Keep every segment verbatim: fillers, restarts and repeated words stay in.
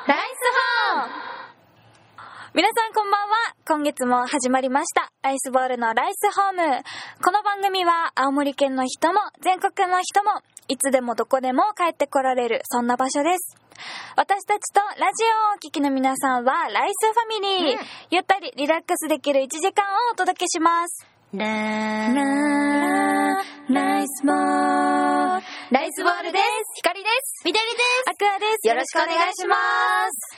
ライスホーム。皆さんこんばんは。今月も始まりましたライスボールのライスホーム。この番組は青森県の人も全国の人もいつでもどこでも帰ってこられる、そんな場所です。私たちとラジオをお聞きの皆さんはライスファミリー、うん、ゆったりリラックスできるいちじかんをお届けします。ラーラーライスボールライスボールです。 ひかりです。 みどりです。あくあです。 よろしくお願いします。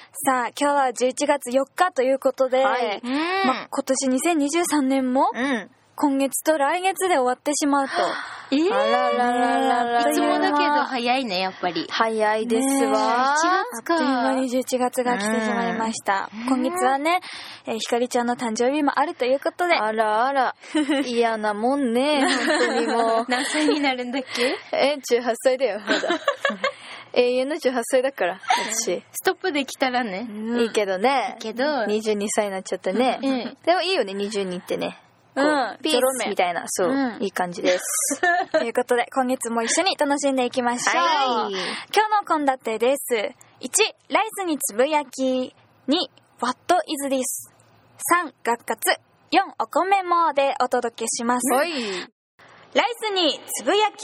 さあ今日はじゅういちがつよっかということで、はい、ま、今年にせんにじゅうさんねんも、うん、今月と来月で終わってしまうと。 えー、あららららら、 いつもだけど早いね、やっぱり。 早いですわ。 いちがつか。あっという間にじゅういちがつが来てしまいました。今月はね、えー、ひかりちゃんの誕生日もあるということで。 あらあら、嫌なもんね、本当にもう。 何歳になるんだっけ？ え、じゅうはっさいだよ、まだ。永遠のじゅうはっさいだから、私。 ストップできたらね。 うん、いいけどね。 いいけど。 にじゅうにさいになっちゃったね。うん、でもいいよね、にじゅうにってね。 うん、 ピースみたいな、そう、うん、いい感じです。 ということで、今月も一緒に楽しんでいきましょう。はい、今日の献立です。いち、ライスにつぶやき。に、What is this? さん、学活。よん、お米もでお届けします。 はい。 ライスにつぶやき。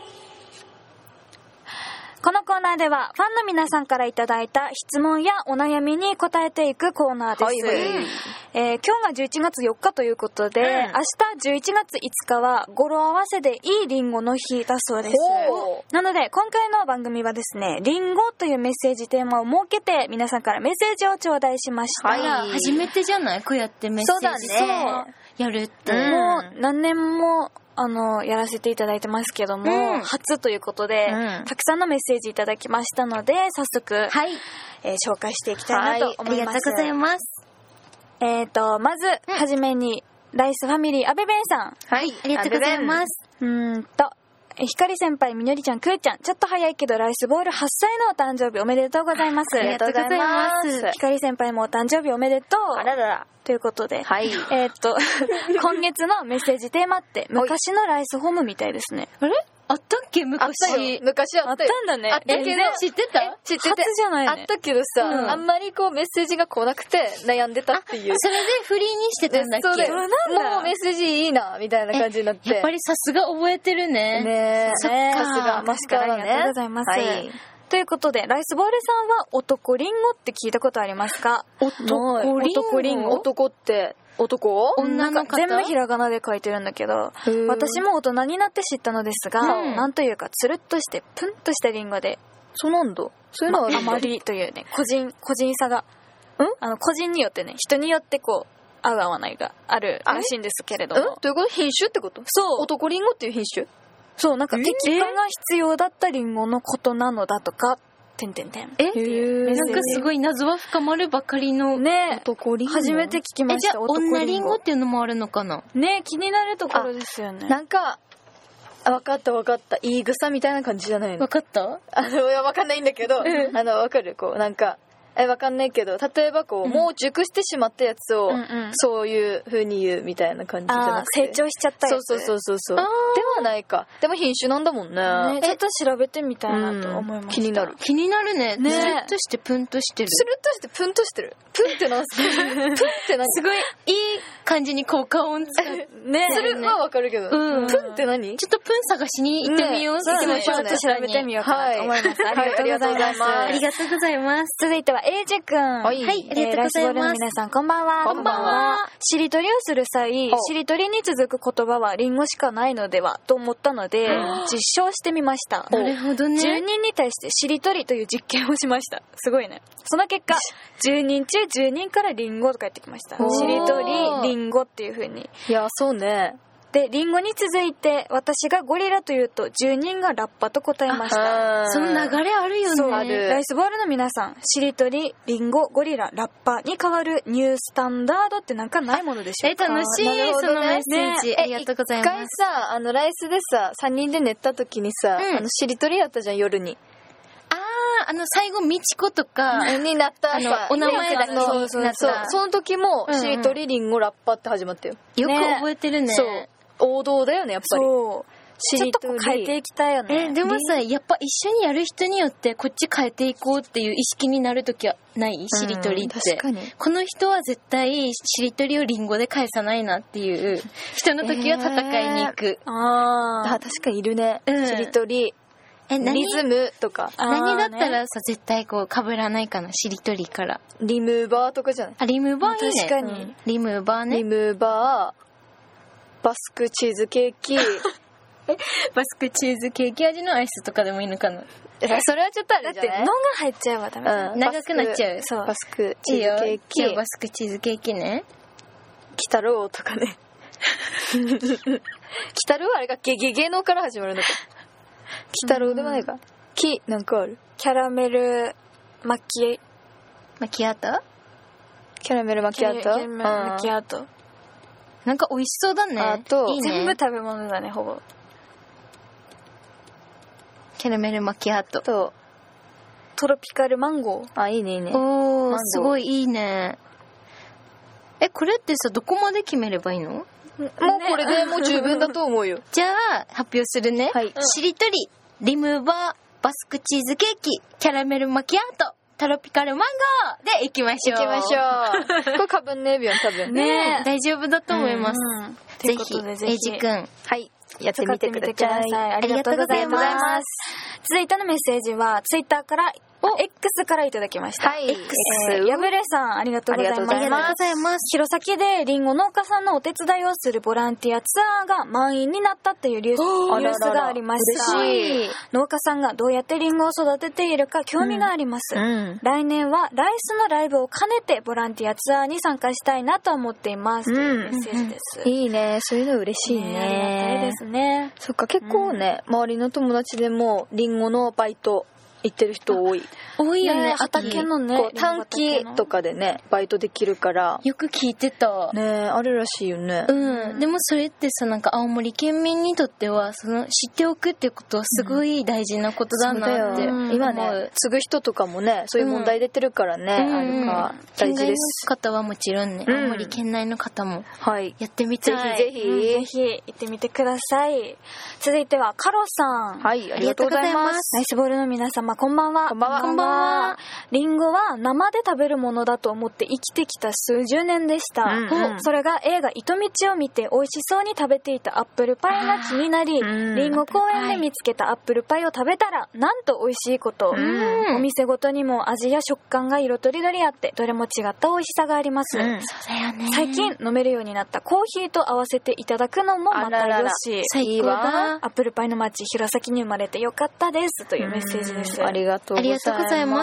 このコーナーではファンの皆さんからいただいた質問やお悩みに答えていくコーナーです。はいはい、えー、今日がじゅういちがつよっかということで、うん、明日じゅういちがついつかは語呂合わせでいいリンゴの日だそうです。なので今回の番組はですね、リンゴというメッセージテーマを設けて皆さんからメッセージを頂戴しました。 はい、初めてじゃない？こうやってメッセージやるって。 うん、もう何年もあのやらせていただいてますけども、うん、初ということで、うん、たくさんのメッセージいただきましたので早速、はい、えー、紹介していきたいなと思います。 はい、ありがとうございます。 えーとまず、うん、はじめにライスファミリー阿部弁さん、 はい、ありがとうございます。 うーんとひかり先輩、みのりちゃん、くーちゃん、ちょっと早いけどライスボールはっさいのお誕生日おめでとうございます。 ありがとうございます。 ひかり先輩もお誕生日おめでとう。 あららら。 ということで、 はい、 えー、っと今月のメッセージテーマって昔のライスホームみたいですね。 あれ？あったっけ？昔。 あったよ。昔あったよ。 あったんだね。 あったけど、 知ってた？ 知ってて。 初じゃないね。 あったけどさ、うん、あんまりこうメッセージが来なくて悩んでたっていう。 それでフリーにしてたんだっけ？ そうだよ。もうメッセージいいなみたいな感じになって。 やっぱりさすが覚えてるね。 ねえ。さすがマスカラね。 ありがとうございます。はい。ということで、ライスボールさんは男リンゴって聞いたことありますか？ 男リンゴ。男リンゴ。男って男？ 女の方？ 全部ひらがなで書いてるんだけど、私も大人になって知ったのですが、うん、なんというかつるっとしてプンとしたリンゴで、 そうなんだ。そういうのはあるんだ。 まあ、あまりというね、個人個人差が、ん？あの個人によってね、人によってこう合う合わないがあるらしいんですけれども。 うん？どういうこと？品種ってこと？ そう。 男リンゴっていう品種？ そう、なんか適化が必要だったリンゴのことなのだとか。てんてんてん。 え？なんかすごい謎は深まるばかりのね。 男リンゴ。 初めて聞きました。 え、じゃあ女リンゴっていうのもあるのかな？ ね、気になるところですよね。 なんかわかったわかった。いい草みたいな感じじゃないの？ わかった？ あのわかんないんだけど、うん、あのわかるこうなんか。え、わかんないけど、例えばこう、うん、もう熟してしまったやつを、うんうん、そういう風に言うみたいな感じじゃなくて。 成長しちゃったやつ。 そうそうそうそう。ではないか。でも品種なんだもんね。 ね、ちょっと調べてみたいなと思いました。 うん、気になる。 気になるね。ね。スルッとしてプンとしてる。 スルッとしてプンとしてる。プンってなんすか？プンって何？ すごいいい感じに効果音使って。 ね。スルはわかるけど。うん。プンって何？ ちょっとプン探しに行ってみよう。 行きましょう。ちょっと調べてみようかなと思います。ありがとうございます。 ありがとうございます。 続いては、エイジ君。 はい、ありがとうございます。 ライスボールの皆さん、こんばんは。 こんばんは。 しりとりをする際、しりとりに続く言葉はリンゴしかないのではと思ったので、実証してみました。 なるほどね。 じゅうにんに対してしりとりという実験をしました。すごいね。その結果、じゅうにんちゅうじゅうにんからリンゴとか言ってきました。しりとり、リンゴっていう風に。 いや、そうね。 で、リンゴに続いて私がゴリラというとじゅうにんがラッパと答えました。 その流れあるよね。 そうある。ライスボールの皆さん、しりとり、リンゴ、ゴリラ、ラッパに代わるニュースタンダードってなんかないものでしょうか？ え、楽しい、ね、そのメッセージ、ね、ありがとうございます。 一回さ、あのライスでささんにんで寝た時にさ、うん、あのしりとりやったじゃん、夜に。 あの最後みちことかになったあのお名前だけになった。 そうそうそう。その時もしりとり、リンゴ、ラッパって始まったよ。 よく覚えてるね。 そう。王道だよね、やっぱり。 そう。 ちょっとこう変えていきたいよね。 え、でもさ、やっぱ一緒にやる人によってこっち変えていこうっていう意識になるときはないしりとりって。 確かに。 この人は絶対しりとりをリンゴで返さないなっていう人の時は戦いに行く。 えー、ああ、確かにいるね。うん、しりとり。え、リズムとか。 何だったらさ、絶対こう被らないかな、しりとりから。 リムーバーとかじゃない？ あ、リムーバーいいね。 確かに、うん。 リムーバーね。 リムーバー、バスクチーズケーキ。 バスクチーズケーキ味のアイスとかでもいいのかな。 え、それはちょっとあれじゃない？ だって、のが入っちゃえばダメだ、 うん。 長くなっちゃう。 そう。バスクチーズケーキ。 いいよ。バスクチーズケーキね。 キタロウとかね。キタロウはあれがゲゲゲのから始まるのか。キタロウでもないか。キ、なんかある？ キャラメルマキマキアート？ キャラメルマキアート？ キャラメルマキアート。 なんか美味しそうだね。 あといいね、全部食べ物だね、ほぼ。 キャラメルマキアートとトロピカルマンゴー。 あ、いいねいいね。 おー、すごいいいね。え、これってさ、どこまで決めればいいの？ もうこれでもう十分だと思うよ。 じゃあ発表するね。 はい。 しりとり、リムーバー、バスクチーズケーキ、キャラメルマキアート、トロピカルマンゴーでいきましょう。 いきましょう。これかぶんねえびよん多分ね。大丈夫だと思います。 うんうん、 ぜひ、エイジくん。 はい。やってみてください。 ありがとうございます。続いてのメッセージはツイッターから X からいただきました。 はい。 X。やぶれさん、ありがとうございます。 ありがとうございます。 弘前でリンゴ農家さんのお手伝いをするボランティアツアーが満員になったっていうニュース、ニュースがありました。 嬉しい。 農家さんがどうやってリンゴを育てているか興味があります。うんうん、来年はライスのライブを兼ねてボランティアツアーに参加したいなと思っています。というメッセージです。 いいね。そういうの嬉しいね。 ね、ありがたいですね。 そっか、結構ね、うん、周りの友達でもリンゴのバイト行ってる人多い。 多いよね。 畑のね、 こう短期とかでねバイトできるからよく聞いてたね。あるらしいよね。 うん。でもそれってさ、なんか青森県民にとってはその知っておくっていうことはすごい大事なことだなって、 うん、今ね継ぐ人とかもねそういう問題出てるからね、うん、あるか大事です。 県外の方はもちろんね、うん、青森県内の方もやってみたい。 ぜひぜひ、うん、 ぜひ行ってみてください。続いてはカロさん。 はい、ありがとうございます。 ナイスボールの皆様こんばんは。 こんばんは。 こんばんは。 リンゴは生で食べるものだと思って生きてきた数十年でした、うんうん、それが映画糸道を見て美味しそうに食べていたアップルパイが気になり、リンゴ公園で見つけたアップルパイを食べたらなんと美味しいこと、うん、お店ごとにも味や食感が色とりどりあってどれも違った美味しさがあります、うん、 そうだよね。 最近飲めるようになったコーヒーと合わせていただくのもまたよし。 最高だ。 アップルパイの町弘前に生まれてよかったですというメッセージです。 ありがとうございます。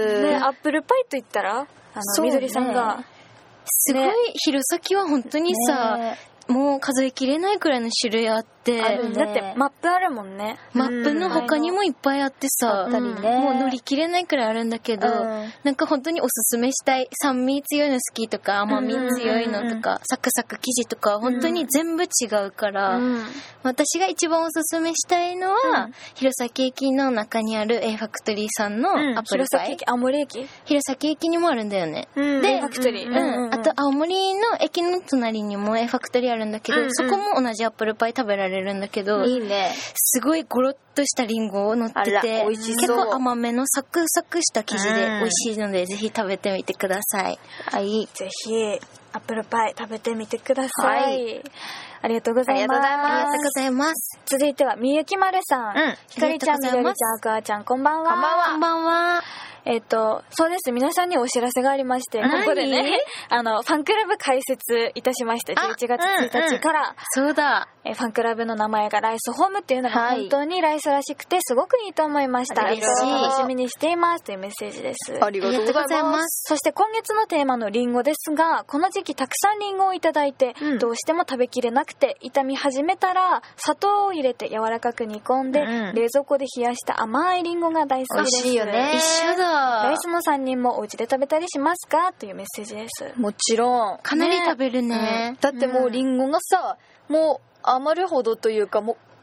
ね、アップルパイと言ったらあの、みどりさんがすごい、ね、弘前は本当にさ、ね、もう数えきれないくらいの種類あって、 あるね、だってマップあるもんね。 マップの他にもいっぱいあってさ、 うん、 もう乗り切れないくらいあるんだけど、うん、なんか本当におすすめしたい酸味強いの好きとか甘み強いのとか、うん、サクサク生地とか本当に全部違うから、うん、私が一番おすすめしたいのは、うん、弘前駅の中にある A ファクトリーさんのアップルパイ、うん、 青森駅弘前駅にもあるんだよね、 うん、で A ファクトリー、 うんうんうん、あと青森の駅の隣にも A ファクトリーあるんだけど、うんうん、そこも同じアップルパイ食べられるんだけど、 いいね。 すごいゴロッとしたリンゴを乗ってて、 美味しそう。 結構甘めのサクサクした生地で美味しいので、ぜひ食べてみてください。 はい。 ぜひアップルパイ食べてみてください。はい、ありがとうございます。 ありがとうございます。 続いてはみゆきまるさん。うん、ひかりちゃん、みどりちゃん、あかあちゃん、こんばんは。 こんばんは。 こんばんは。 えっと、そうです。皆さんにお知らせがありまして、ここでね、あの、ファンクラブ開設いたしました。じゅういちがつついたちから。 うんうん、そうだ。 え、ファンクラブの名前がライスホームっていうのが本当にライスらしくて、すごくいいと思いました。 嬉しい。 楽しみにしていますというメッセージです。 ありがとうございます。 そして今月のテーマのリンゴですが、この時期たくさんリンゴをいただいて、うん、どうしても食べきれなくて、傷み始めたら、砂糖を入れて柔らかく煮込んで、うん、冷蔵庫で冷やした甘いリンゴが大好きです。 美味しいよね。 一緒だ。 ライスのさんにんもお家で食べたりしますかというメッセージです。 もちろん。 かなり食べるね。 ね、だってもうリンゴがさ、もう余るほどというかもう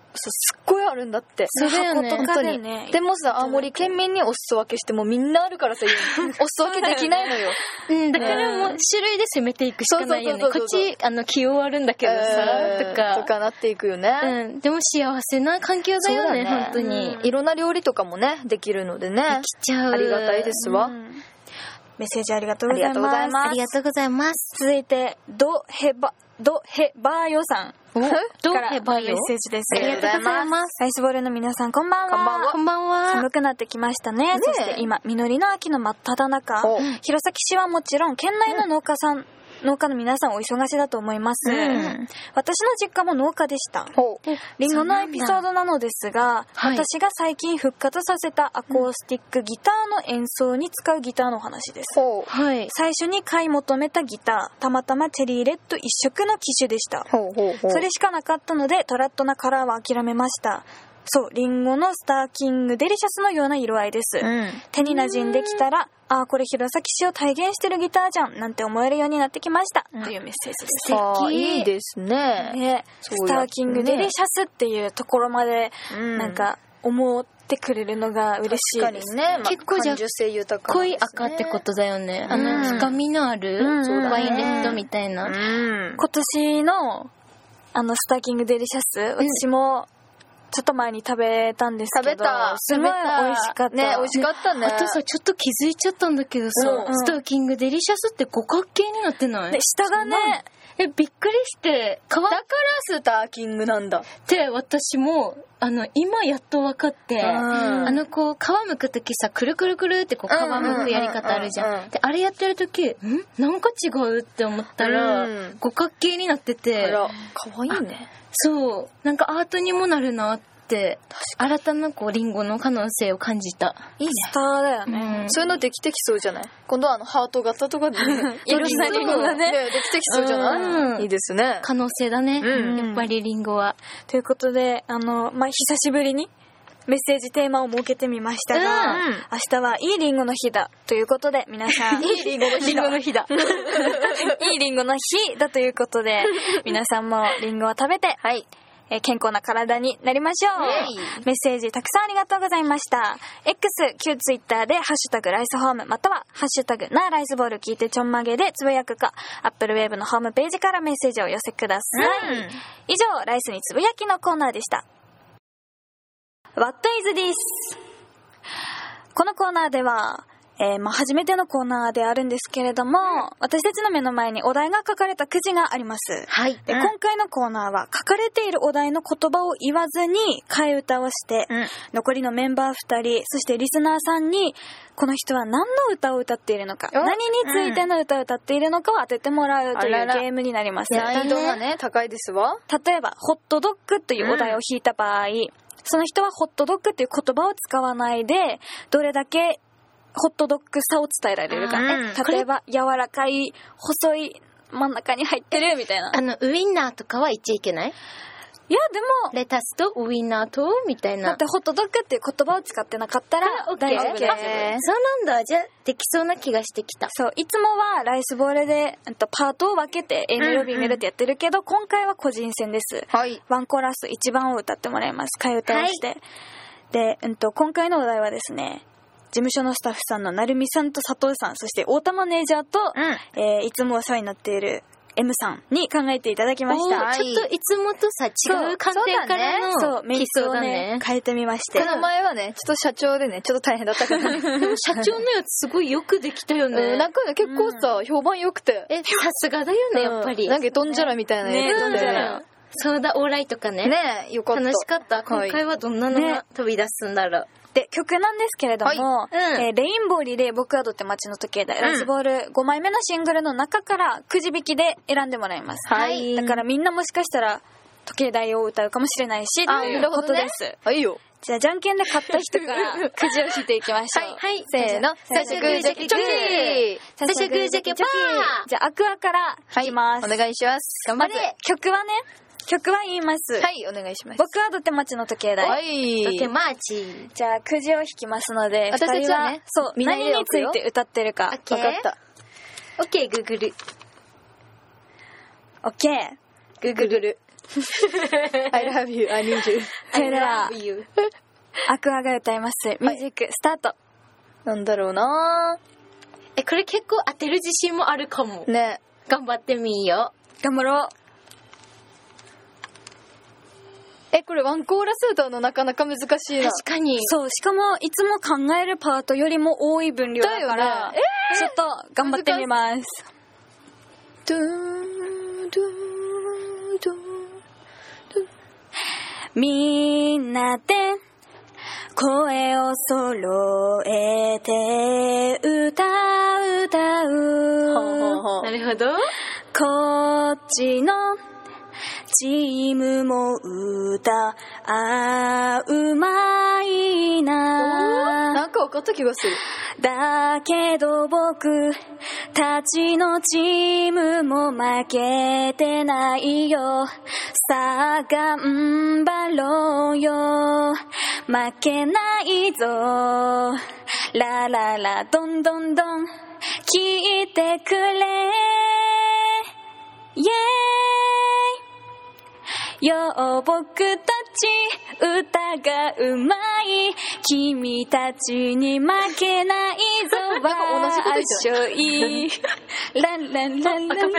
そうすっごいあるんだって。 それよね。 箱とかでね。 でもさ、青森県民にお裾分けしてもみんなあるからさ、お裾分けできないのよ。 うん、だからもう種類で攻めていくしかないよね。こっち、あの、気弱るんだけどさ、 えー、 とか。 とかなっていくよね。 うん。でも幸せな環境だよね、ね本当に、 うん。いろんな料理とかもね、できるのでね。 できちゃう。 ありがたいですわ。うんメッセージありがとうございます。 ありがとうございます。 続いて、ドヘバ、ドヘバーヨさん。 ドヘバーヨメッセージです。 ありがとうございます。 ライスボールの皆さん、こんばんは。 こんばんは。 こんばんは。 寒くなってきましたね。ねそして今、実りの秋の真っ只中。弘前市はもちろん、県内の農家さん、農家の皆さんお忙しだと思います、うん、私の実家も農家でした。リンゴのエピソードなのですが、私が最近復活させたアコースティックギターの演奏に使うギターの話です、 はい、 最初に買い求めたギターたまたまチェリーレッド一色の機種でした。 ほうほうほうそれしかなかったのでトラットなカラーは諦めました。そうリンゴのスターキングデリシャスのような色合いです、うん、手に馴染んできたらあーこれ弘前市を体現してるギターじゃんなんて思えるようになってきました、うん、というメッセージです。 素敵いいですね。 ねスターキングデリシャスっていうところまでなんか思ってくれるのが嬉しいです、 確かにね、まあ、 結構じゃあ濃い赤ってことだよね、うん、あの深みのある、うん、ワインレッドみたいな、うん、 今年のあのスターキングデリシャス私も、うんちょっと前に食べたんですけど食べたすごい美味しかったね美味しかったね。 あとさちょっと気づいちゃったんだけどさ、うん、スターキングデリシャスって五角形になってない？ で下がねえびっくりしてだからスターキングなんだって私もあの今やっと分かって、うん、あのこう皮むくときさくるくるくるってこう皮むくやり方あるじゃん。であれやってるときんなんか違うって思ったら、うん、五角形になっててあらかわいいね。 そうなんかアートにもなるなって新たなこうリンゴの可能性を感じた。 いいねスターだよね、 うん、そういうのできてきそうじゃない。今度はあのハート型とかで、ね、 いろんなリンゴがねできてきそうじゃない、うん、いいですね可能性だね、うん、やっぱりリンゴは。 ということであの、まあ、久しぶりにメッセージテーマを設けてみましたが、うん、明日はいいリンゴの日だということで皆さんいいリンゴの日だリンゴの日だいいリンゴの日だということで皆さんもリンゴを食べて、はいえー、健康な体になりましょう。メッセージたくさんありがとうございました。 X、旧 Twitter でハッシュタグライスホームまたはハッシュタグなライスボール聞いてちょんまげでつぶやくか Apple Wave のホームページからメッセージをお寄せください、うん、以上ライスにつぶやきのコーナーでした。What is this? このコーナーでは、えーまあ、初めてのコーナーであるんですけれども、うん、私たちの目の前にお題が書かれたくじがあります、 はいで、 うん、 今回のコーナーは書かれているお題の言葉を言わずに替え歌をして、うん、残りのメンバーふたりそしてリスナーさんにこの人は何の歌を歌っているのか何についての歌を歌っているのかを当ててもらうというゲームになります。 難易度がね高いですわ。 例えばホットドッグというお題を引いた場合、うん、その人はホットドッグという言葉を使わないでどれだけホットドッグさを伝えられるかね、うん、例えば柔らかい細い真ん中に入ってるみたいな。 あのウインナーとかは言っちゃいけない？ いやでもレタスとウインナーとみたいな。 だってホットドッグっていう言葉を使ってなかったら大丈夫です。 そうなんだ。じゃあできそうな気がしてきた。 そういつもはライスボールでパートを分けて A メロ B メロってやってるけど、うんうん、今回は個人戦です、はい、ワンコーラスいちばんを歌ってもらいます。替え歌をして、はい、で、うん、と今回のお題はですね事務所のスタッフさんのなるみさんと佐藤さんそして太田マネージャーと、うんえー、いつもお世話になっている M さんに考えていただきました。 ちょっといつもとさ違う観点からのそうメイクをね変えてみまして、 この前はねちょっと社長でねちょっと大変だったから、ね、 でも社長のやつすごいよくできたよね、 うん、なんかね結構さ、うん、評判良くてえさすがだよねやっぱり、 うん、なんかドンジャラみたいなやつで、ね、ドンジャラそうだオーライとかねねよかった楽しかった。今回はどんなのが飛び出すんだろう、ねで曲なんですけれども、はいうんえー、レインボーリレー僕はどって街の時計台、うん、ライスボールごまいめのシングルの中からくじ引きで選んでもらいます、はい、だからみんなもしかしたら時計台を歌うかもしれないしということです、ね、 はい、よじゃあじゃんけんで勝った人からくじを引いていきましょうはい、はい、せーの最初グージャケチョキ最初グージャケパー。 じゃあアクアから引きます、 はい、お願いします。 頑張れ。曲はね曲は言います。 はい、お願いします。 僕はドテマチの時計台。 はい。 ドテマーチ。 じゃあ、くじを引きますので、 私たちはね、 そう、何について歌ってるか。 わかった。 オッケー、グーグル。 オッケー。 グーグル。 I love you, I need you。 それでは I love you アクアが歌います。ミュージックスタート。 なんだろうなえ、これ結構当てる自信もあるかも。 ね。 頑張ってみよ頑張ろう。 え、これワンコーラス歌うのなかなか難しいう。 な。 確かに。 そう、しかもいつも考えるパートよりも多い分量だから、 だよねちょっと頑張ってみます。 ドゥーンドゥーンドゥーンドゥーン。 みんなで声を揃えて歌う歌う。 ほうほうほう。 なるほど。 こっちのチームも歌あうまいな。 なんか分かった気がする。 だけど僕たちのチームも負けてないよ。さあ頑張ろうよ。負けないぞ。ラララどんどんどん聞いてくれ。イエーイ。よ僕たち歌がうまい。君たちに負けないぞ。 なんか同じこと言ってわっしょい。ランランランランランランランランラン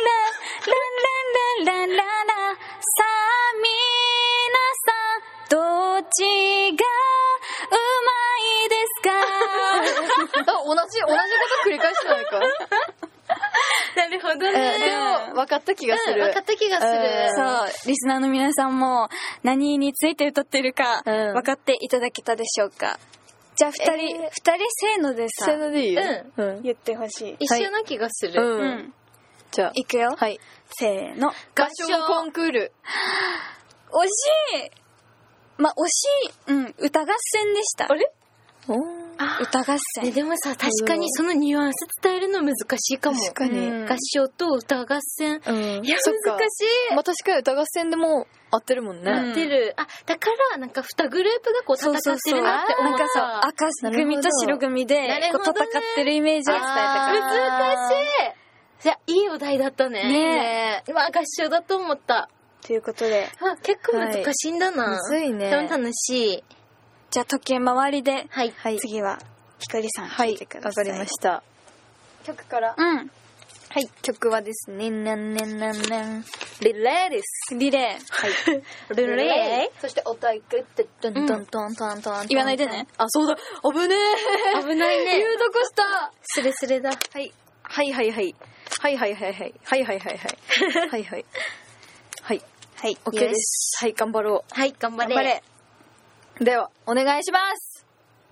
ランランラン。さあ皆さんどっちがうまいですか。 あ、同じ、同じこと繰り返してないか。 なるほどえね。 でも分かった気がする。 うん、分かった気がする。 うんそう、リスナーの皆さんも何について歌ってるかうん分かっていただけたでしょうか。じゃあ二人、二、 えー人せーのでさせーのでいいよ。 ううん。 言ってほしい。 一緒な気がする。 うんうん。 じゃあ、 いくよ。 はい。 せーの。 合唱コンクール。 惜しい。まあ、惜しい。うん。歌合戦でした。 あれおー。 あ歌合ね、 戦。 でもさ、確かにそのニュアンス伝えるの難しいかも。 確かに。 うん合唱と歌合戦。 うん。 いや、 そっか難しい。 まあ確かに歌合戦でも合ってるもんね。 うん出る。あ、だから、なんか二グループがこう戦ってるなって思った。 なんかそう、赤組と白組でなるほどねこう戦ってるイメージを伝えたから。 難しい。じゃあ、いいお題だったね。 ねえ。まあ、合唱だと思った。 ということで、 あ、結構難しいんだな。 むずいねでも楽しい。 じゃあ時計回りで、 はい。 はい。 次はひかりさんはい聞いてく。だわさい。 かりました。曲から。 うん。 はい。曲はですね、なんなんなんなん。リレーです。 リレー。 はい。 ルレそしておたいくって、トントントントントントン。 言わないでね。 あ、そうだ。危ねえ。 危ないね言うとこした。 スレスレだ。 はい。はいはいはい。はいはいはいはい。はいはいはいはい。はいはい。はい。 はい。 OK です。はい、頑張ろう。 はい、頑張れ。 頑張れ。では、お願いします。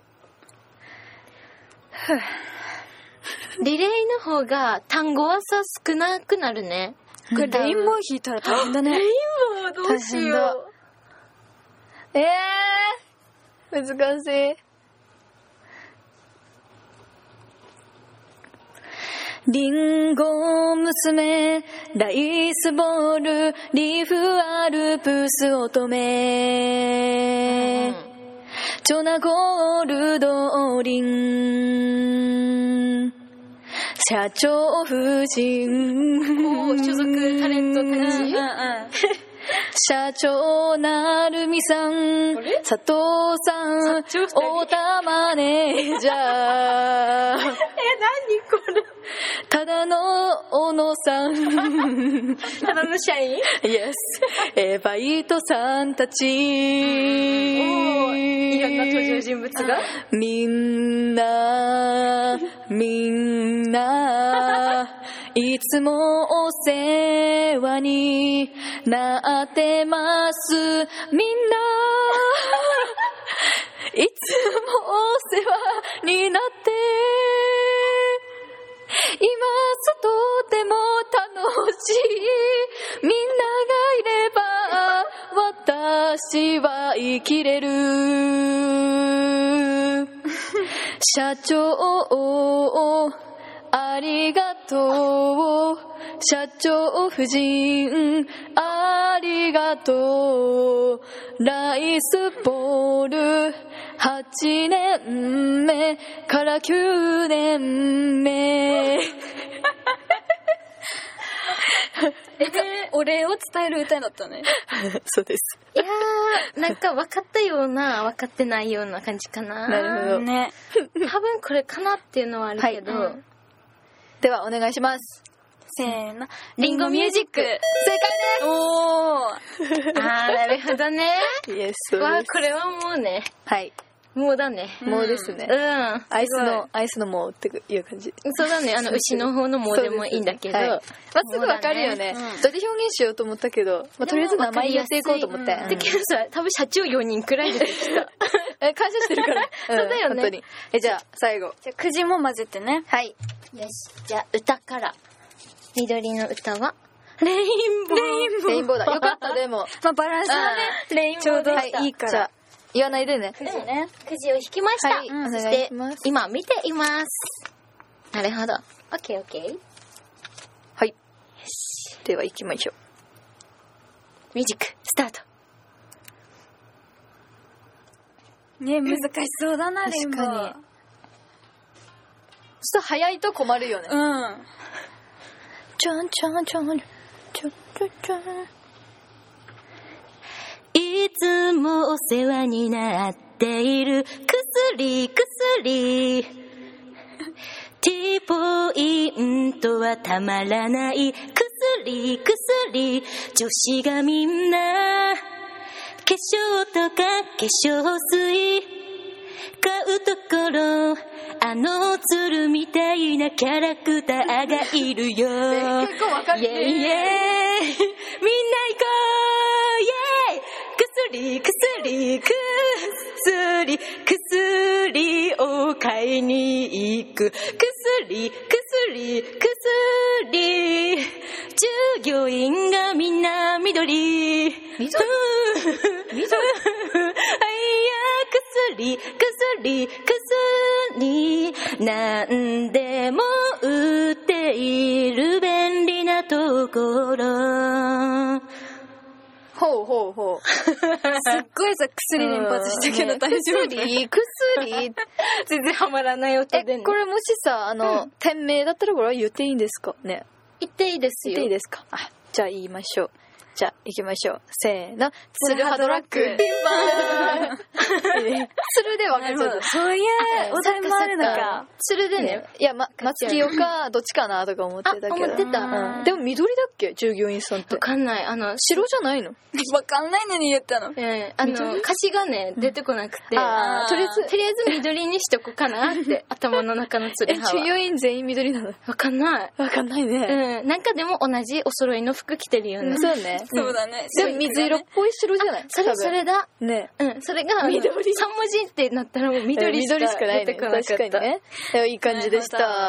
リレーの方が単語はさ、少なくなるね。 これレインボー弾いたら大変だね。 レインボーどうしよう。 えー、難しい。リンゴ娘、ライスボール、リーフアルプス乙女、チョナゴールドリン、社長夫人、 おー、所属タレントたち。 社長なるみさん、佐藤さん、 社長二人太田マネージャー、 え、何これ。 ただの小野さん、 ただの社員 Yes、えーバイトさんたち、 おー、いろんな登場人物が。 みんな、みんな、いつもお世話になってます。みんな、いつもお世話になっていますとても楽しい。みんながいれば私は生きれる。社長ありがとう。社長夫人ありがとう。ライスボールはちねんめからきゅうねんめお礼を伝える歌だったね。 そうです。 いやー、なんか分かったような分かってないような感じかな。 なるほどね。 多分これかなっていうのはあるけど、 はい、うん、ではお願いします。 せーの、 リンゴミュージック。正解です。 おー。 あー、なるほどね。 イエス。 わー、これはもうね。 はい。 もうだね。 もうですね。 うん。 アイスの、アイスのもうっていう感じ。 そうだね。あの、牛の方のもうでもいいんだけど。はい、 まあ、すぐわかるよね。どうやって表現しようと思ったけど、まあ、とりあえず名前言っていこうと思って。 だけどさ、多分社長よにんくらい出てきた。 え、感謝してるから。 そうだよね。 本当に。え、じゃあ、最後。 じゃあ、くじも混ぜてね。 はい。 よし。じゃあ、歌から。緑の歌はレインボー。 レインボー。レインボーだ。よかった、でも。 まあ、バランスはね、 レインボーちょうどいいから。 言わないでね。 くじね。くじを引きました。はい、そして、今見ています。なるほど。オッケーオッケー。 はい。よし。では行きましょう。ミュージック、スタート。 ね、難しそうだな、レインボー。確かに。 ちょっと早いと困るよね。 うん。 ちょんちょんちょん、ちょんちょんちょん。 いつもお世話になっている薬薬 T ポイントはたまらない薬薬女子がみんな化粧とか化粧水買うところあの鶴みたいなキャラクターがいるよ結構わかるね。 イエイイエイみんな行こうイエイ薬薬薬薬を買いに行く薬薬薬従業員がみんな緑緑緑薬薬薬なんでも売っている便利なところほうほうほう。すっごいさ、薬連発したけど大丈夫？ 薬薬全然ハマらない音で、ね。 え、これもしさ、あの、うん、店名だったらこれは言っていいんですかね？ 言っていいですよ。 言っていいですか？あ、じゃあ言いましょう。じゃあ行きましょう。せーの。ツルハドラッグ。ピンポーン。ツルで分かっちゃう。 そういうお題もあるのか。 ツルでね。 いや、ま、松清かどっちかなとか思ってたけど。 思ってた。 うん。でも緑だっけ従業員さんって。 わかんない。あの、 白じゃないの？ わかんないのに言ったの。 ええ。あの、歌詞がね、出てこなくて。 ああ。とりあえず、 とりあえず緑にしとこうかなって、頭の中のツルハは。 え、従業員全員緑なの？ わかんない。 わかんないね。 うん。なんかでも同じお揃いの服着てるよね。 そうね。 そうだね。 でも水色っぽい白じゃない？ それ、それだ。 ね。 うん。それが、 緑。 さん文字ってなったらもう緑しか出てこなかった。 確かにね。いい感じでした。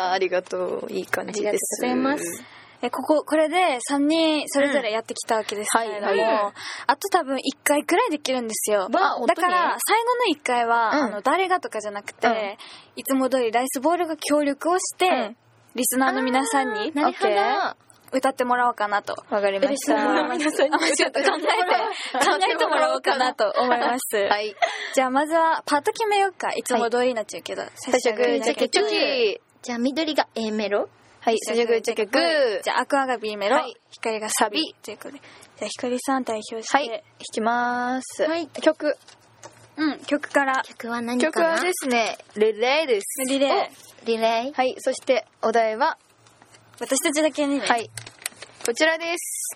ありがとう。いい感じです。 ありがとうございます。 え、ここ、これでさんにんそれぞれやってきたわけですけれども、うんはいはい、あと多分いっかいくらいできるんですよ。だから最後のいっかいは、うん、あの誰がとかじゃなくて、うん、いつも通りライスボールが協力をして、うん、リスナーの皆さんに、 なるほど。 歌ってもらおうかなと。 わかりました。 皆さんにちょっと考えて、考えてもらおうかなと思います。 はい。 じゃあまずはパート決めようか。いつも通りになっちゃうけど。 最初グー、じゃけチョキ。 じゃあ緑が A メロ。 はい。最初グー、じゃけグー。 じゃあアクアが B メロ。 はい。 光がサビ。ということで。じゃあ光さん代表して。はい。 弾きまーす。 はい。 曲。 うん、曲から。 曲は何かな？ 曲はですね、リレーです。 リレー。リレー。 はい。そしてお題は、 私たちだけにね。 はい。こちらです。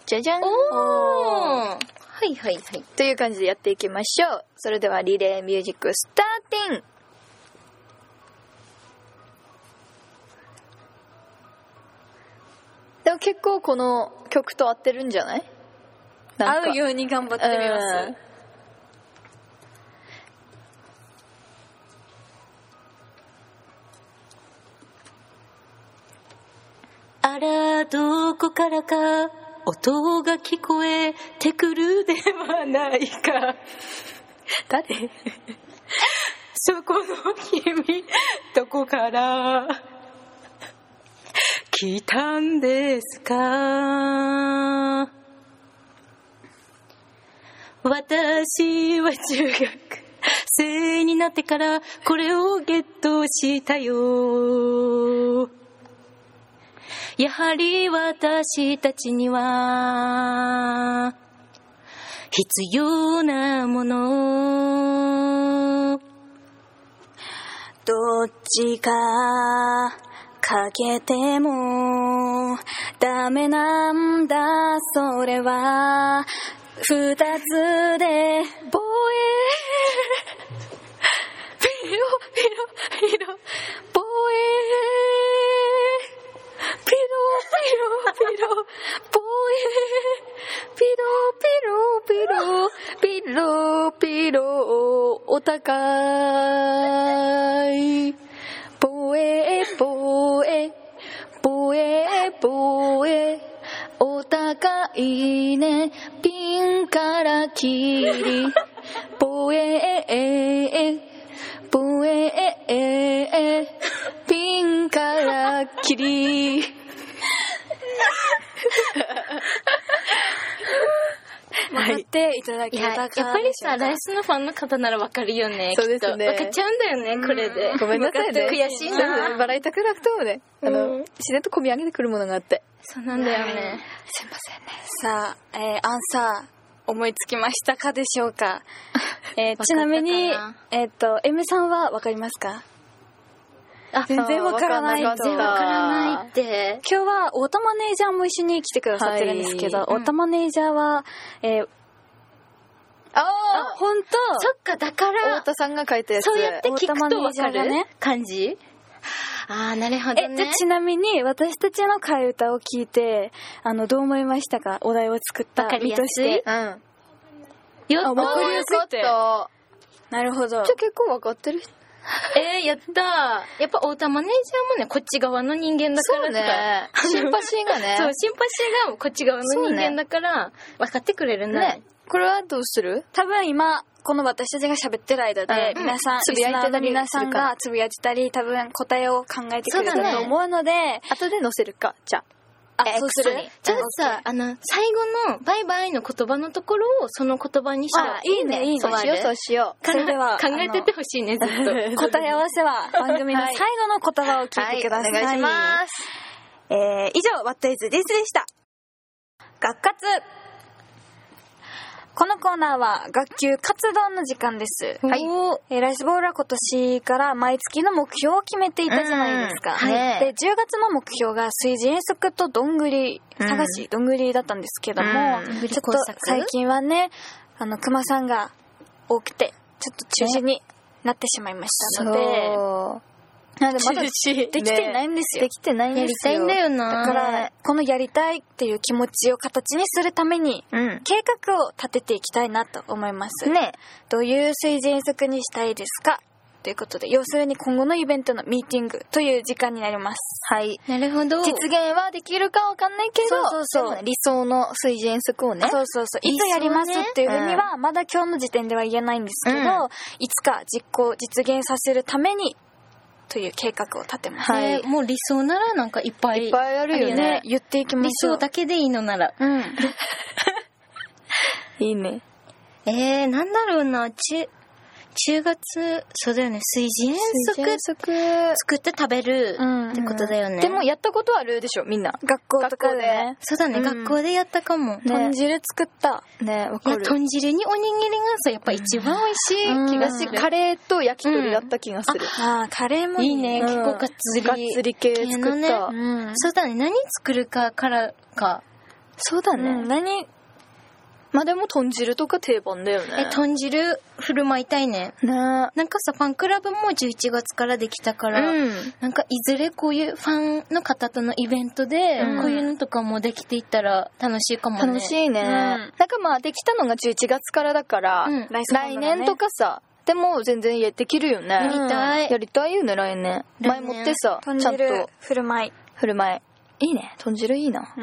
じゃじゃん。 おー。はいはいはい。 という感じでやっていきましょう。それではリレーミュージックスターティン。でも結構この曲と合ってるんじゃない？なんか合うように頑張ってみます。 あらどこからか音が聞こえてくるではないか誰？ そこの君どこから来たんですか？私は中学生になってからこれをゲットしたよ。 やはり私たちには必要なもの、 どっちかかけてもダメなんだ、それは二つで防衛ピロピロピロ防衛ピロピロピロ防衛ピロピロピロピロピロお互い防衛防衛防衛防衛お互いねピンからキリ防衛防衛ピンからキリ分かっていただけたかでしょうか。 やっぱりさ、ライスのファンの方なら分かるよね。 そうですね。 分かっちゃうんだよね、これで。 ごめんなさいね。 悔しいな。 笑いたくなくてもね、あの、自然と込み上げてくるものがあって。 そうなんだよね。 すいませんね。さあ、えー、アンサー思いつきましたかでしょうか。えー、ちなみに、えっと、M さんは分かりますか？あ、全然分からないと。 全然分からないって。 今日は太田マネージャーも一緒に来てくださってるんですけど、太田マネージャーは、えー、 ああ、 ほんと。 そっか、だから、 太田さんが書いたやつ。 そうやって聞くと分かる、 ね、 感じ？ああ、なるほどね。 え、じゃあちなみに、私たちの替え歌を聞いて、あの、どう思いましたか？お題を作った身として。 うん。 やったー。わかりやすいって。なるほど。じゃあ結構分かってる人。 えー、やったー。やっぱ太田マネージャーもね、こっち側の人間だからそうね。シンパシーがね。 そう、シンパシーがこっち側の人間だから、分かってくれるんだね。 これはどうする？ 多分今、この私たちが喋ってる間で、うん、皆さん、 つぶやいてたり皆さんがつぶやいてたり、多分答えを考えてくれると思うので、ね、 後で載せるか、じゃあ。 あ、そうする？ じゃあさ、あの、最後のバイバイの言葉のところをその言葉にしたらいいね、いいね。 そうしよう、そうしよう。それでは、 考えててほしいね、ずっと。 答え合わせは番組の最後の言葉を聞いてください。 はい、お願いします。 えー、以上、What is this でした。学活。このコーナーは学級活動の時間です。 はい。 えー、ライスボールは今年から毎月の目標を決めていたじゃないですか。 はい。 で、じゅうがつの目標が炊事遠足とどんぐり探し、うん、どんぐりだったんですけども、うん、ちょっと最近はね、あの、熊さんが多くて、ちょっと中止になってしまいましたので、 そうなんでまだできていないんですよ。 できてないんですよ。 やりたいんだよな。 だから、このやりたいっていう気持ちを形にするために、うん、計画を立てていきたいなと思います。 ね。 どういう炊事遠足にしたいですかということで、要するに今後のイベントのミーティングという時間になります。 はい。 なるほど。 実現はできるかわかんないけど、 そうそうそう。 理想の炊事遠足をね。 そうそうそう。いつやりますっていうふうには、まだ今日の時点では言えないんですけど、うん、いつか実行、実現させるために、という計画を立てます。 はい。もう理想ならなんかいっぱい。 いっぱいあるよね。 言っていきましょう。 理想だけでいいのなら。 うん。 いいね。 えー、なんだろうな、ち、中月、そうだよね、炊事遠足作って食べるってことだよね。 うんうん、でもやったことあるでしょ、みんな。 学校とかでね。 そうだね、うん、学校でやったかも。 ね、豚汁作った。 ね、わかる。 豚汁におにぎりがさ、やっぱ一番美味しい気がする。 うん、カレーと焼き鳥だった気がする。 うん、ああ、カレーもいいね、結構がっつり。 がっつり系作った。ねうん、そうだね、何作るかからか。 そうだね。 うん、何まあでも豚汁とか定番だよね。 え、豚汁振る舞いたいね。 ね。 なんかさ、ファンクラブもじゅういちがつからできたから、うん、なんかいずれこういうファンの方とのイベントで、うん、こういうのとかもできていったら楽しいかもね。 楽しいね。うん、なんかまあできたのがじゅういちがつからだから、うん、来年とかさ、でも全然できるよね。 やりたい。 やりたいよね、来年。前もってさ、 ちゃんと振る舞い。振る舞い。いいね、豚汁いいな。 うん。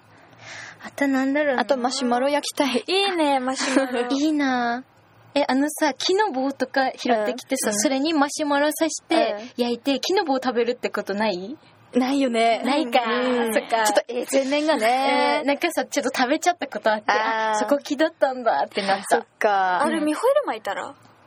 あとなんだろうな。 あとマシュマロ焼きたい。 いいね、マシュマロ。 いいな。え、あのさ、木の棒とか拾ってきてさ、うん、それにマシュマロ刺して焼いて、木の棒食べるってことない？ ないよね。 ないか。 うん、 そっか。 ちょっと衛生面がね、 えー。なんかさ、ちょっと食べちゃったことあって、あそこ木だったんだってなった。 そっか。 アルミホイル巻いたら？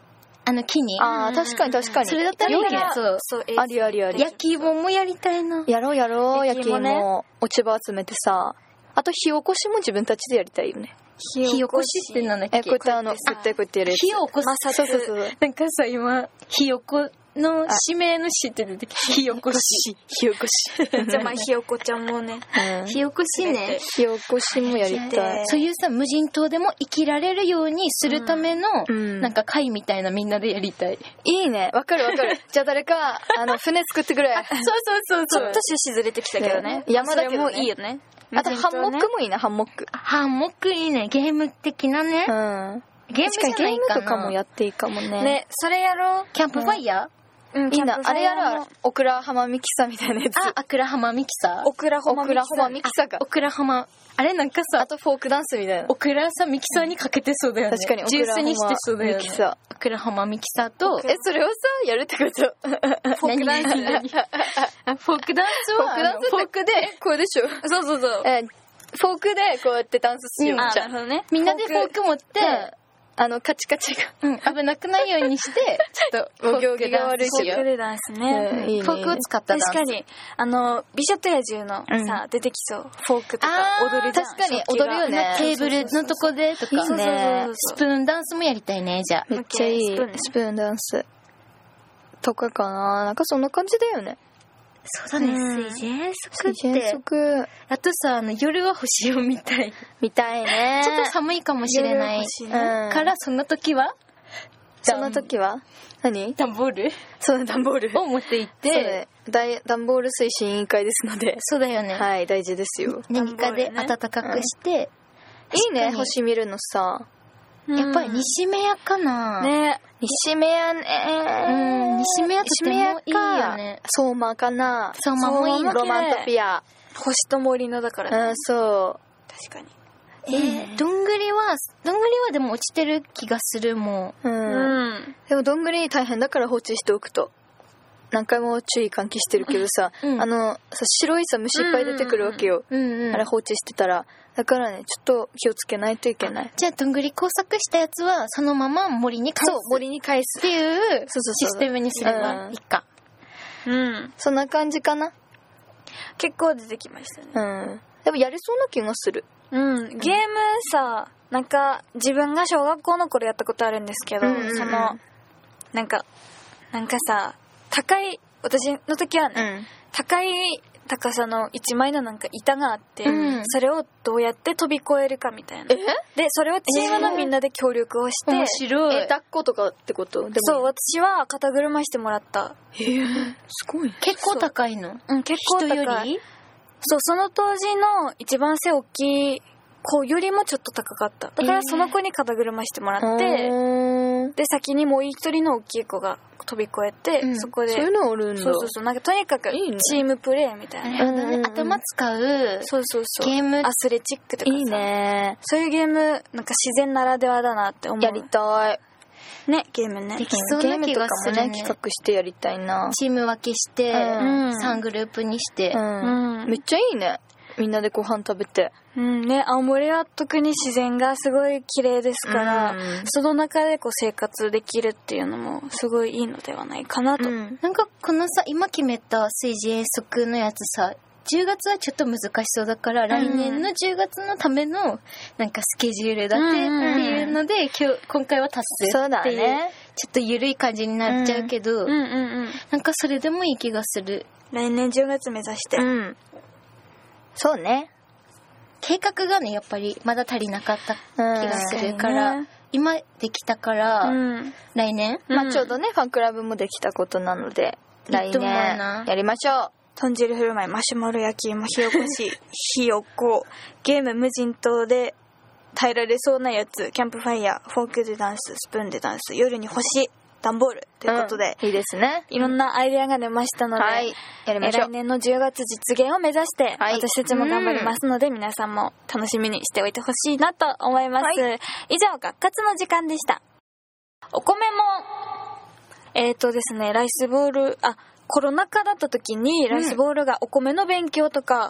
あの木に。 ああ、確かに確かに。 それだったらいいね。そうそうありありあり。 焼き芋もやりたいな。 やろうやろう、焼き焼き芋ね芋。落ち葉集めてさ。あと火起こしも自分たちでやりたいよね。 火起こしってなんだっけ？ え、こうやってあの、絶対こうやってやるやつ。 火を起こす。 そうそうそう。 なんかさ、今、火起この指名の死って出てきて、火起こし。 火起こし。 じゃあまあひよこちゃんもねうん火起こしね。 火起こしもやりたい。 そういうさ、無人島でも生きられるようにするための、 うんなんか会みたいなみんなでやりたい。 いいね。わかるわかる。じゃあ誰か、あの、船作ってくれ。 そうそうそうちょっと趣旨ずれてきたけどねね山だけどねそれもいいよねあとハンモックもいいな、ハンモック。 ハンモックいいね。ゲーム的なね。 うん。 ゲームじゃないかな。 確かにゲームとかもやっていいかもね。 ねそれやろうキャンプファイヤー、 うんいいな。あれやろろう。オクラハマミキサみたいなやつ。 あ、アクラハマミキサー。 オクラホマオクラハマミキサかオ。クラハマ。あれなんかさ、 あとフォークダンスみたいな。 オクラさ、ミキサーにかけてそうだよね。 確かにオジュークラハマスにしてそうだよね。 ミキサオクラハマミキサーと、 え、それをさ、やるってことフォークダンス何何あフォークダンスは、 フォークダンスってフォークで、 これでしょ。 そうそうそうえ、フォークでこうやってダンスしよう。 あじゃあなるほどねみんなでフォーク持って、 あの、カチカチが。 うん、危なくないようにして、ちょっと、 お行儀が悪いしフォークでダンスね、 うんいいねフォークを使ったダンス。 確かにあの美女と野獣のさ、出てきそうフォークとかあー踊るじゃん確かに食器が踊るよねテーブルのとこでとか、 いいねスプーンダンスもやりたいね、じゃあ。 めっちゃいい。 スプーンねスプーンダンス。とかかな。なんかそんな感じだよね。 そうだね、 うん水原則っ原て。 則あとさ、あの、夜は星を見たい。 みたいね。 ちょっと寒いかもしれない。 夜は星ねうんから、そんな時は、 その時は何段ボールその段ボール。 を持って行っそうて、 ね大段ボール推進委員会ですので。 そうだよね。 はい、大事ですよ。 何かで暖かくして、 いいね、 確かに星見るのさ。 やっぱり西目屋かな。 ね西目屋ね。 うん、西目屋とてもいいよね。 相馬かな。 相馬もいいな。 ロマントピア。 星と森のだからねうん、そ確かにえー、どんぐりは、どんぐりはでも落ちてる気がするもう。う。 うんんでもどんぐり大変だから放置しておくと。何回も注意喚起してるけどさ、 うんあのさ白いさ虫いっぱい出てくるわけよ、 ん。うんうん。 あれ放置してたら。だからね、ちょっと気をつけないといけない。 じゃあ、どんぐり工作したやつは、そのまま森に返すそう、森に返すっていうそうそうそうシステムにすればいいか。 うんそんな感じかな。 結構出てきましたねうん。でもやれそうな気がする。 うんゲームさなんか自分が小学校の頃やったことあるんですけど、 うんうんうんそのなんかなんかさ高い私の時はね、 ん。 高い高さの一枚のなんか板があって、 うんそれをどうやって飛び越えるかみたいなえでそれをチームのみんなで協力をして、 面白い。 え、抱っことかってことでもそう私は肩車してもらったへえ、すごいね。 結構高いの。 うん結構高い人よりそうその当時の一番背大きい子よりもちょっと高かっただからその子に肩車してもらって、 うん。 で先にもう一人の大きい子が飛び越えて、 うんそこでそういうのあるんだ。 そうそうそうなんかとにかくいいねチームプレーみたいな、 なるほどね。 うんうんうん頭使うそうそうそうゲームアスレチックとかさいいね。 そういうゲームなんか自然ならではだなって思うやりたい。 ねゲームねできそうな気がするねゲームとかもね、企画してやりたいな。 チーム分けして、 うんさんグループにして、 うん。 うんめっちゃいいね。みんなでご飯食べて。 うんね青森は特に自然がすごい綺麗ですから、 うんその中でこう生活できるっていうのもすごいいいのではないかなと、 うん。 なんかこのさ、今決めた水次遠足のやつさ、じゅうがつはちょっと難しそうだから、来年のじゅうがつのためのなんかスケジュールだってっていうので、今日今回は達成そうだっていう、 ね。 ちょっと緩い感じになっちゃうけど、 うんうんうんなんかそれでもいい気がする。 来年じゅうがつ目指して、 うん。そうね。 計画がね、やっぱりまだ足りなかった気がするから、 うん今できたから、 うん来年まあちょうどね、ファンクラブもできたことなので、来いいと思うな年やりましょう。 豚汁振る舞いマシュマロ焼き芋火起こしひよこゲーム無人島で耐えられそうなやつキャンプファイヤーフォークでダンススプーンでダンス夜に星段ボールということで、 うんいいですね。 いろんなアイデアが出ましたので、 はい。やりましょうえ来。年のじゅうがつ実現を目指して、 はい私たちも頑張りますので、皆さんも楽しみにしておいてほしいなと思います、 はい以上学活の時間でした。お米もえーとですねライスボールあコロナ禍だった時にライスボールがお米の勉強とか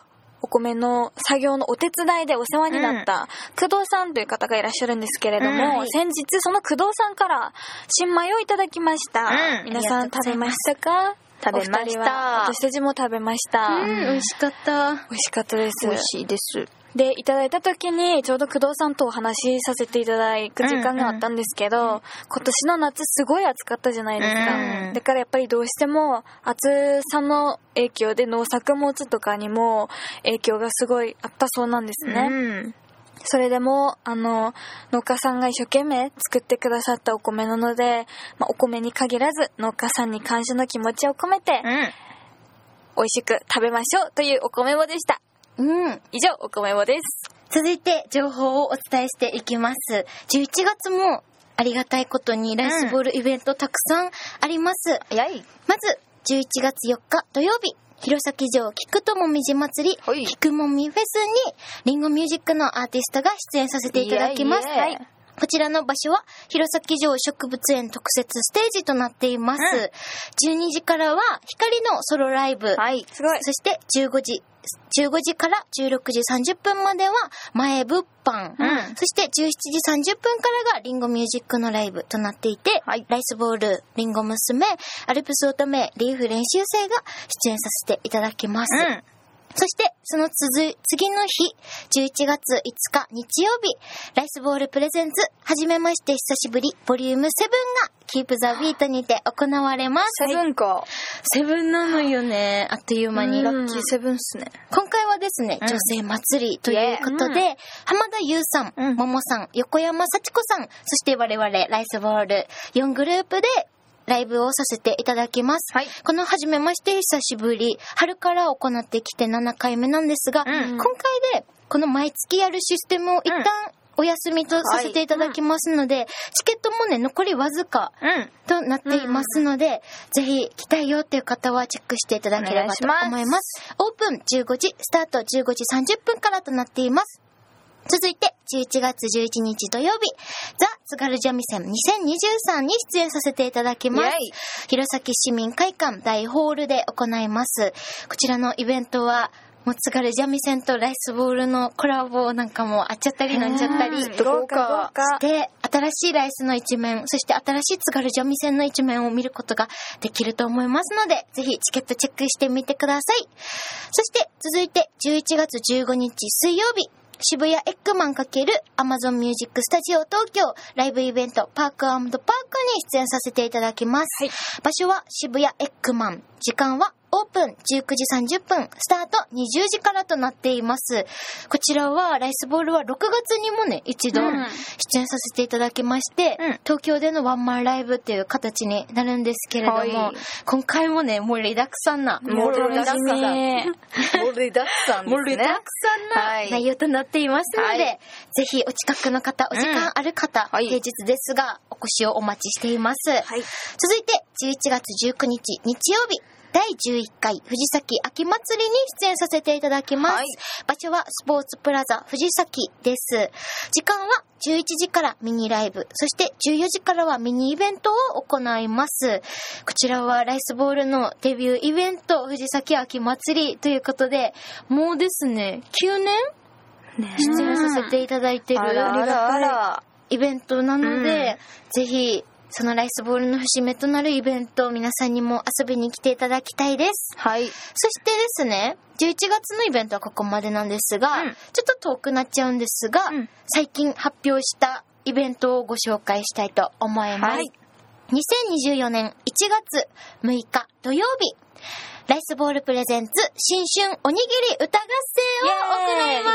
お米の作業のお手伝いでお世話になった工藤さんという方がいらっしゃるんですけれども、うん、先日その工藤さんから新米をいただきました、うん、皆さん食べましたか？ 食べました。 私たちも食べました、 うん、美味しかった。 美味しかったです。 美味しいです。 で、いただいた時にちょうど工藤さんとお話しさせていただく時間があったんですけど、うんうん、今年の夏すごい暑かったじゃないですか、うん、だからやっぱりどうしても暑さの影響で農作物とかにも影響がすごいあったそうなんですね、うん、それでもあの農家さんが一生懸命作ってくださったお米なので、まあ、お米に限らず農家さんに感謝の気持ちを込めて、うん、美味しく食べましょうというお米もでした。うん。以上、お米もです。 続いて、情報をお伝えしていきます。じゅういちがつも、ありがたいことに、ライスボールイベントたくさんあります。 早い。 まず、じゅういちがつよっか土曜日、弘前城菊ともみじ祭り、菊もみフェスに、リンゴミュージックのアーティストが出演させていただきます。はい。こちらの場所は弘前城植物園特設ステージとなっています。うん、じゅうにじからは光のソロライブ。 はい、すごい。 そしてじゅうごじ、じゅうごじからじゅうろくじさんじゅっぷんまでは前物販。うん、そしてじゅうしちじさんじゅっぷんからがリンゴミュージックのライブとなっていて、はい、ライスボール、リンゴ娘、アルプス乙女、リーフ練習生が出演させていただきます。うん、そして、その続次の日、じゅういちがついつか日曜日、ライスボールプレゼンツ、はじめまして久しぶり、ボリュームセブンが、キープザビートにて行われます。 セブンか。 セブンなのよね。あっという間に。 ラッキーセブンっすね。 今回はですね、うん、女性祭りということで、うん、浜田優さん、うん、桃さん、横山幸子さん、そして我々、ライスボールよんグループで、ライブをさせていただきます。はい、このはじめまして久しぶり、春から行ってきてななかいめなんですが、うん、今回でこの毎月やるシステムを一旦お休みとさせていただきますので、はいうん、チケットもね、残りわずかとなっていますので、うんうん、ぜひ来たいよっていう方はチェックしていただければと思います。オープンじゅうごじ、スタートじゅうごじさんじゅっぷんからとなっています。続いて、じゅういちがつじゅういちにち土曜日、ザ・津軽三味線にせんにじゅうさんに出演させていただきます。弘前市民会館大ホールで行います。こちらのイベントは、もう津軽三味線とライスボールのコラボなんかもあっちゃったり飲んじゃったりして、新しいライスの一面、そして新しい津軽三味線の一面を見ることができると思いますので、ぜひチケットチェックしてみてください。そして続いてじゅういちがつじゅうごにち水曜日、渋谷エッグマン×アマゾンミュージックスタジオ東京ライブイベントパーク&パークに出演させていただきます。はい、場所は渋谷エッグマン。時間はオープンじゅうくじさんじゅっぷん、スタートにじゅうじからとなっています。こちらはライスボールはろくがつにもね、一度出演させていただきまして、うん、東京でのワンマンライブっていう形になるんですけれども、はい、今回もね、盛りだくさんな、 盛りだくさん。盛りだくさんですね。 盛りだくさんな内容となっていますので、はい、ぜひお近くの方、お時間ある方、うん、平日ですが、お越しをお待ちしています。はい、続いて、じゅういちがつじゅうくにち日曜日、だいじゅういっかい藤崎秋祭りに出演させていただきます。はい、場所はスポーツプラザ藤崎です。時間はじゅういちじからミニライブ、そしてじゅうよじからはミニイベントを行います。こちらはライスボールのデビューイベント藤崎秋祭りということで、もうですね、きゅうねん出演させていただいているありがたいイベントなので、うん、ぜひそのライスボールの節目となるイベントを皆さんにも遊びに来ていただきたいです。はい。そしてですね、じゅういちがつのイベントはここまでなんですが、うん、ちょっと遠くなっちゃうんですが、うん、最近発表したイベントをご紹介したいと思います。はい、にせんにじゅうよねんいちがつむいか土曜日、ライスボールプレゼンツ新春おにぎり歌合戦を行います。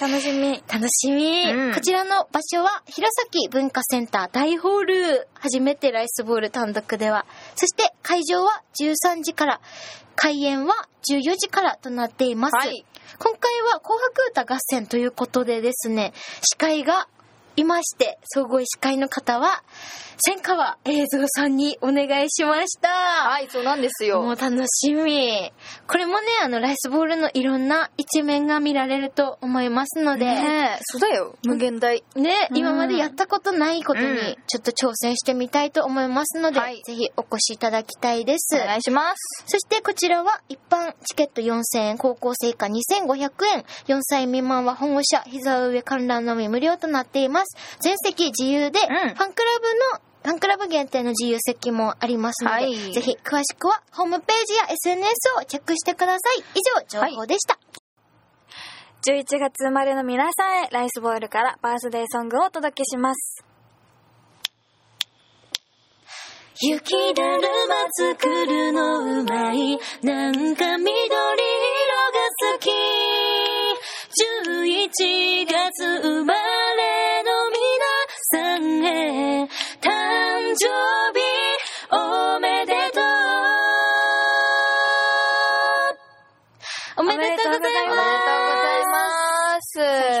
楽しみ楽しみ、うん、こちらの場所は弘前文化センター大ホール。初めてライスボール単独では。そして会場はじゅうさんじから、開演はじゅうよじからとなっています。はい、今回は紅白歌合戦ということでですね、司会がいまして、総合医師会の方は千川栄三さんにお願いしました。 はい、そうなんですよ。 もう楽しみ。これもね、あのライスボールのいろんな一面が見られると思いますので、 ねえ、そうだよ、無限大ね、今までやったことないことにちょっと挑戦してみたいと思いますので、 はい、 ぜひお越しいただきたいです。 お願いします。 そしてこちらは一般チケットよんせんえん、高校生以下にせんごひゃくえん、よんさい未満は保護者、膝上観覧のみ無料となっています。全席自由で、うん、ファンクラブのファンクラブ限定の自由席もありますので、はい、ぜひ詳しくはホームページや エスエヌエス をチェックしてください。以上、情報でした。はい、 じゅういちがつ生まれの皆さんへ、ライスボールからバースデーソングをお届けします。 雪だるま作るのうまい、なんか緑色が好き、じゅういちがつ生まれの皆さんへ、誕生日おめでとう、おめでとうございます。 おめでとうございます。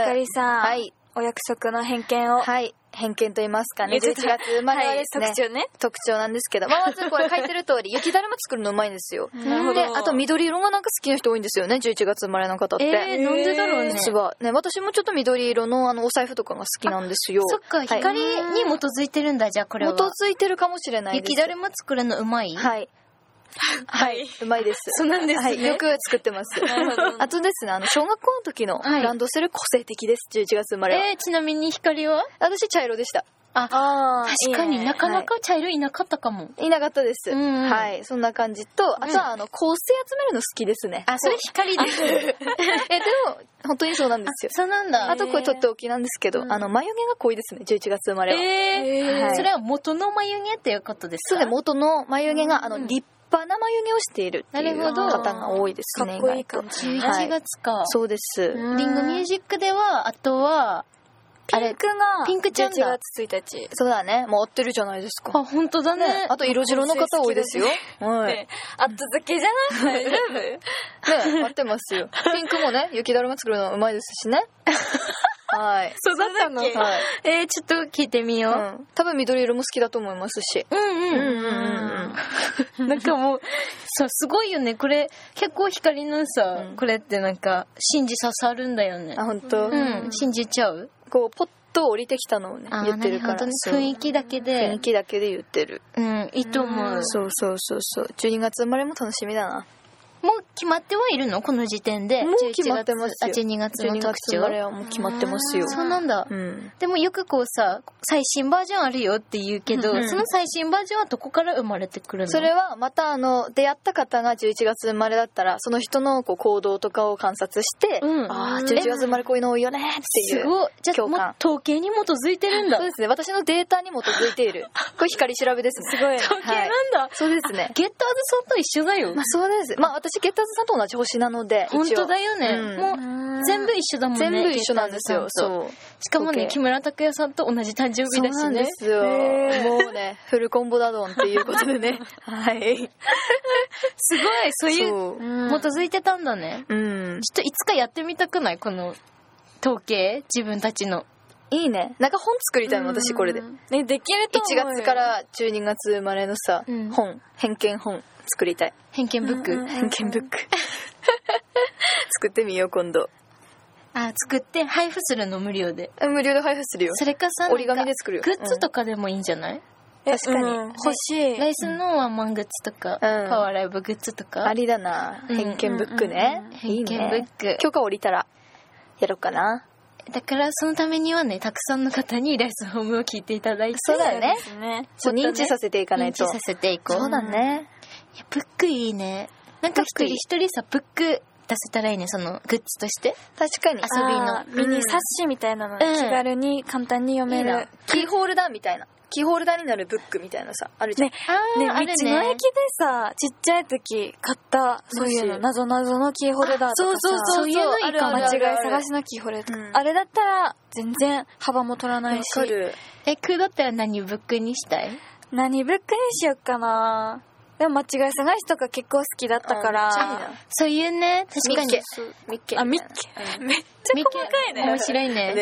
ひかりさん、 はい、 お約束の偏見を。 はい、偏見と言いますかね、じゅういちがつ生まれはですね、 はい、特徴ね特徴なんですけど、まあ、まずこれ書いてる通り雪だるま作るのうまいんですよ。 なるほど。 で、あと緑色がなんか好きな人多いんですよね、じゅういちがつ生まれの方って。 えー、なんでだろうね。 実はね、私もちょっと緑色のあのお財布とかが好きなんですよ。 そっか、光に基づいてるんだ、じゃあこれは。 基づいてるかもしれないです。 雪だるま作るのうまい？ はい。はい、うまいです。 そうなんですね。 はい、よく作ってます。なるほど。あとですね、あの小学校の時のランドセル個性的です。じゅういちがつ生まれは。 えー、ちなみに光は？ 私茶色でした。 ああ、確かにいい、ね、なかなか茶色いなかったかも。 いなかったです。 うんうん、 はい、そんな感じと、あとはあの香水集めるの好きですね。 あ、それ光です。え、でも本当にそうなんですよ。 そうなんだ。 あとこれとっておきなんですけど、あの眉毛が濃いですね。じゅういちがつ生まれは。 えーはい、それは元の眉毛っていうことですか？ そうね、元の眉毛があの立派立派な眉毛をしているっていう方が多いですね。 かっこいいかも。 じゅういちがつか、はい、 そうです。 リングミュージックでは、あとはピンクがピンクちゃんだ。 じゅういちがつついたち。 そうだね。もう合ってるじゃないですか。 あ、本当だね。ね、 あと色白の方多いですよ。はい。 ね、後付けじゃない？大丈夫？ね、合ってますよ。ピンクもね、雪だるま作るのうまいですしね。はい。 そうだったの？はい。えー、ちょっと聞いてみよう。うん。 多分緑色も好きだと思いますし。 うんうんうんうんうん。なんかもう、さ、すごいよね。これ、結構光のさ、うん、これってなんか、信じ刺さるんだよね。 あ、ほんと？ うん。信じちゃう？ こう、ポッと降りてきたのをね、言ってるから。 ね、雰囲気だけで。 雰囲気だけで言ってる。 うん、いいと思う。 そうそうそうそう。じゅうにがつ生まれも楽しみだな。 もう決まってはいるの？この時点で。 もう決まってますよ。 じゅうにがつの特徴。じゅうにがつ生まれはもう決まってますよ。 そうなんだ。うん。でもよくこうさ、最新バージョンあるよって言うけど、うん、その最新バージョンはどこから生まれてくるの？ それはまたあの、出会った方がじゅういちがつ生まれだったら、その人のこう行動とかを観察して、うん、ああ、じゅういちがつ生まれこういうの多いよねっていう共感。すごい。じゃあもう統計に基づいてるんだ。 そうですね。私のデータに基づいている。これ光調べですね。 すごい。統計なんだ。はい、 そうですね。 ゲッターズさんと一緒だよ。 まあそうです。まあ私ゲッターズさんと同じ星なので。 本当だよね、うん、もう全部一緒だもんね。 全部一緒なんですよ。そう。 しかもね、木村拓哉さんと同じ誕生日だしね。 そうなんですよ。もうね、フルコンボだどんっていうことでね。はい。 すごい、そういう基づいてたんだね。うん。ちょっといつかやってみたくない？この統計、自分たちの。 いいね。なんか本作りたいの、私これで。 ね、できると思うよ。 いちがつからじゅうにがつ生まれのさ、うん、本、偏見本作りたい。 偏見ブック？ 偏見ブック。作ってみよう今度。 あ、作って配布するの？無料で？ 無料で配布するよ。 それかさ、 折り紙で作るよ。 グッズとかでもいいんじゃない？ うん、確かに、うん、 欲しい。 ライスのワンマングッズとか、うん、パワーライブグッズとか。 ありだな。偏見ブックね。 うんうんうん、偏見ブック。 いいね、許可降りたらやろうかな。 だからそのためにはね、たくさんの方にライスホームを聞いていただいて。 そうだよね。そう、認知させていかないと。 認知させていこう。 そうだね。 いや、ブックいいね。なんか一人一人さ、ブック出せたらいいね、そのグッズとして。 確かに。 遊びの。 ミニ冊子みたいなの、うん、気軽に簡単に読める。いいキーホルダーみたいな。キーホルダーになるブックみたいなさ、あるじゃん。 ね、あね、道の駅でさ、ちっちゃい時買った、そういうの、謎々のキーホルダーとかさ。 そうそうそう。そういうのいいかも。 間違い探しのキーホルダー。うん、あれだったら、全然幅も取らないし。 わかる。 え、クーだったら何ブックにしたい？ 何ブックにしよっかな。でも間違い探しとか結構好きだったから。 そういうね、確かに。 ミッケ。 あ、ミッケ。めっちゃ細かいね。 面白いね。 で、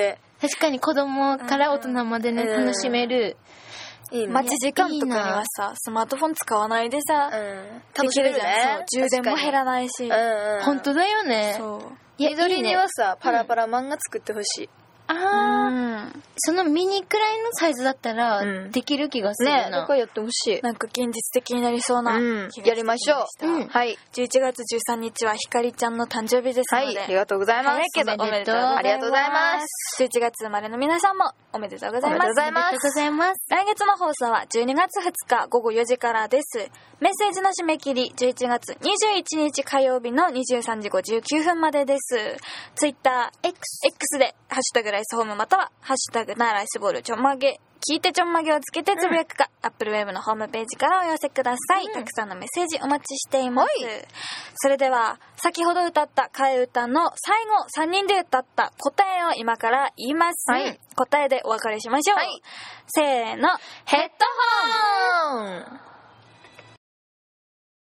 確かに子供から大人までね、うん、楽しめる。 いいね、待ち時間とかにはさ、スマートフォン使わないでさ、うん、楽しめるじゃん、ね、そう充電も減らないし、うんうん、本当だよね。 そう緑にはさ、パラパラ漫画作ってほしい。 ああ、うん、そのミニくらいのサイズだったらできる気がするな、 うん、ね、どこやってほしい。 なんか現実的になりそうな気がしてきました、うん、 やりましょう、うん、はい。 じゅういちがつじゅうさんにちはひかりちゃんの誕生日ですので、 はい、ありがとうございます。 早いけどおめでとうございます。 ありがとうございます。 じゅういちがつ生まれの皆さんもおめでとうございます。 おめでとうございます。 来月の放送はじゅうにがつふつかごごよじからです。メッセージの締め切りじゅういちがつにじゅういちにち火曜日のにじゅうさんじごじゅうきゅうふんまでです。ツイッター X, X でハッシュタグライスホームまたはハッシュタグなライスボールちょんまげ聞いてちょんまげをつけてつぶやくか、うん、アップルウェブのホームページからお寄せください、うん、たくさんのメッセージお待ちしています。それでは先ほど歌った替え歌の最後さんにんで歌った答えを今から言います、はい、答えでお別れしましょう、はい、せーの、 ヘッドホン。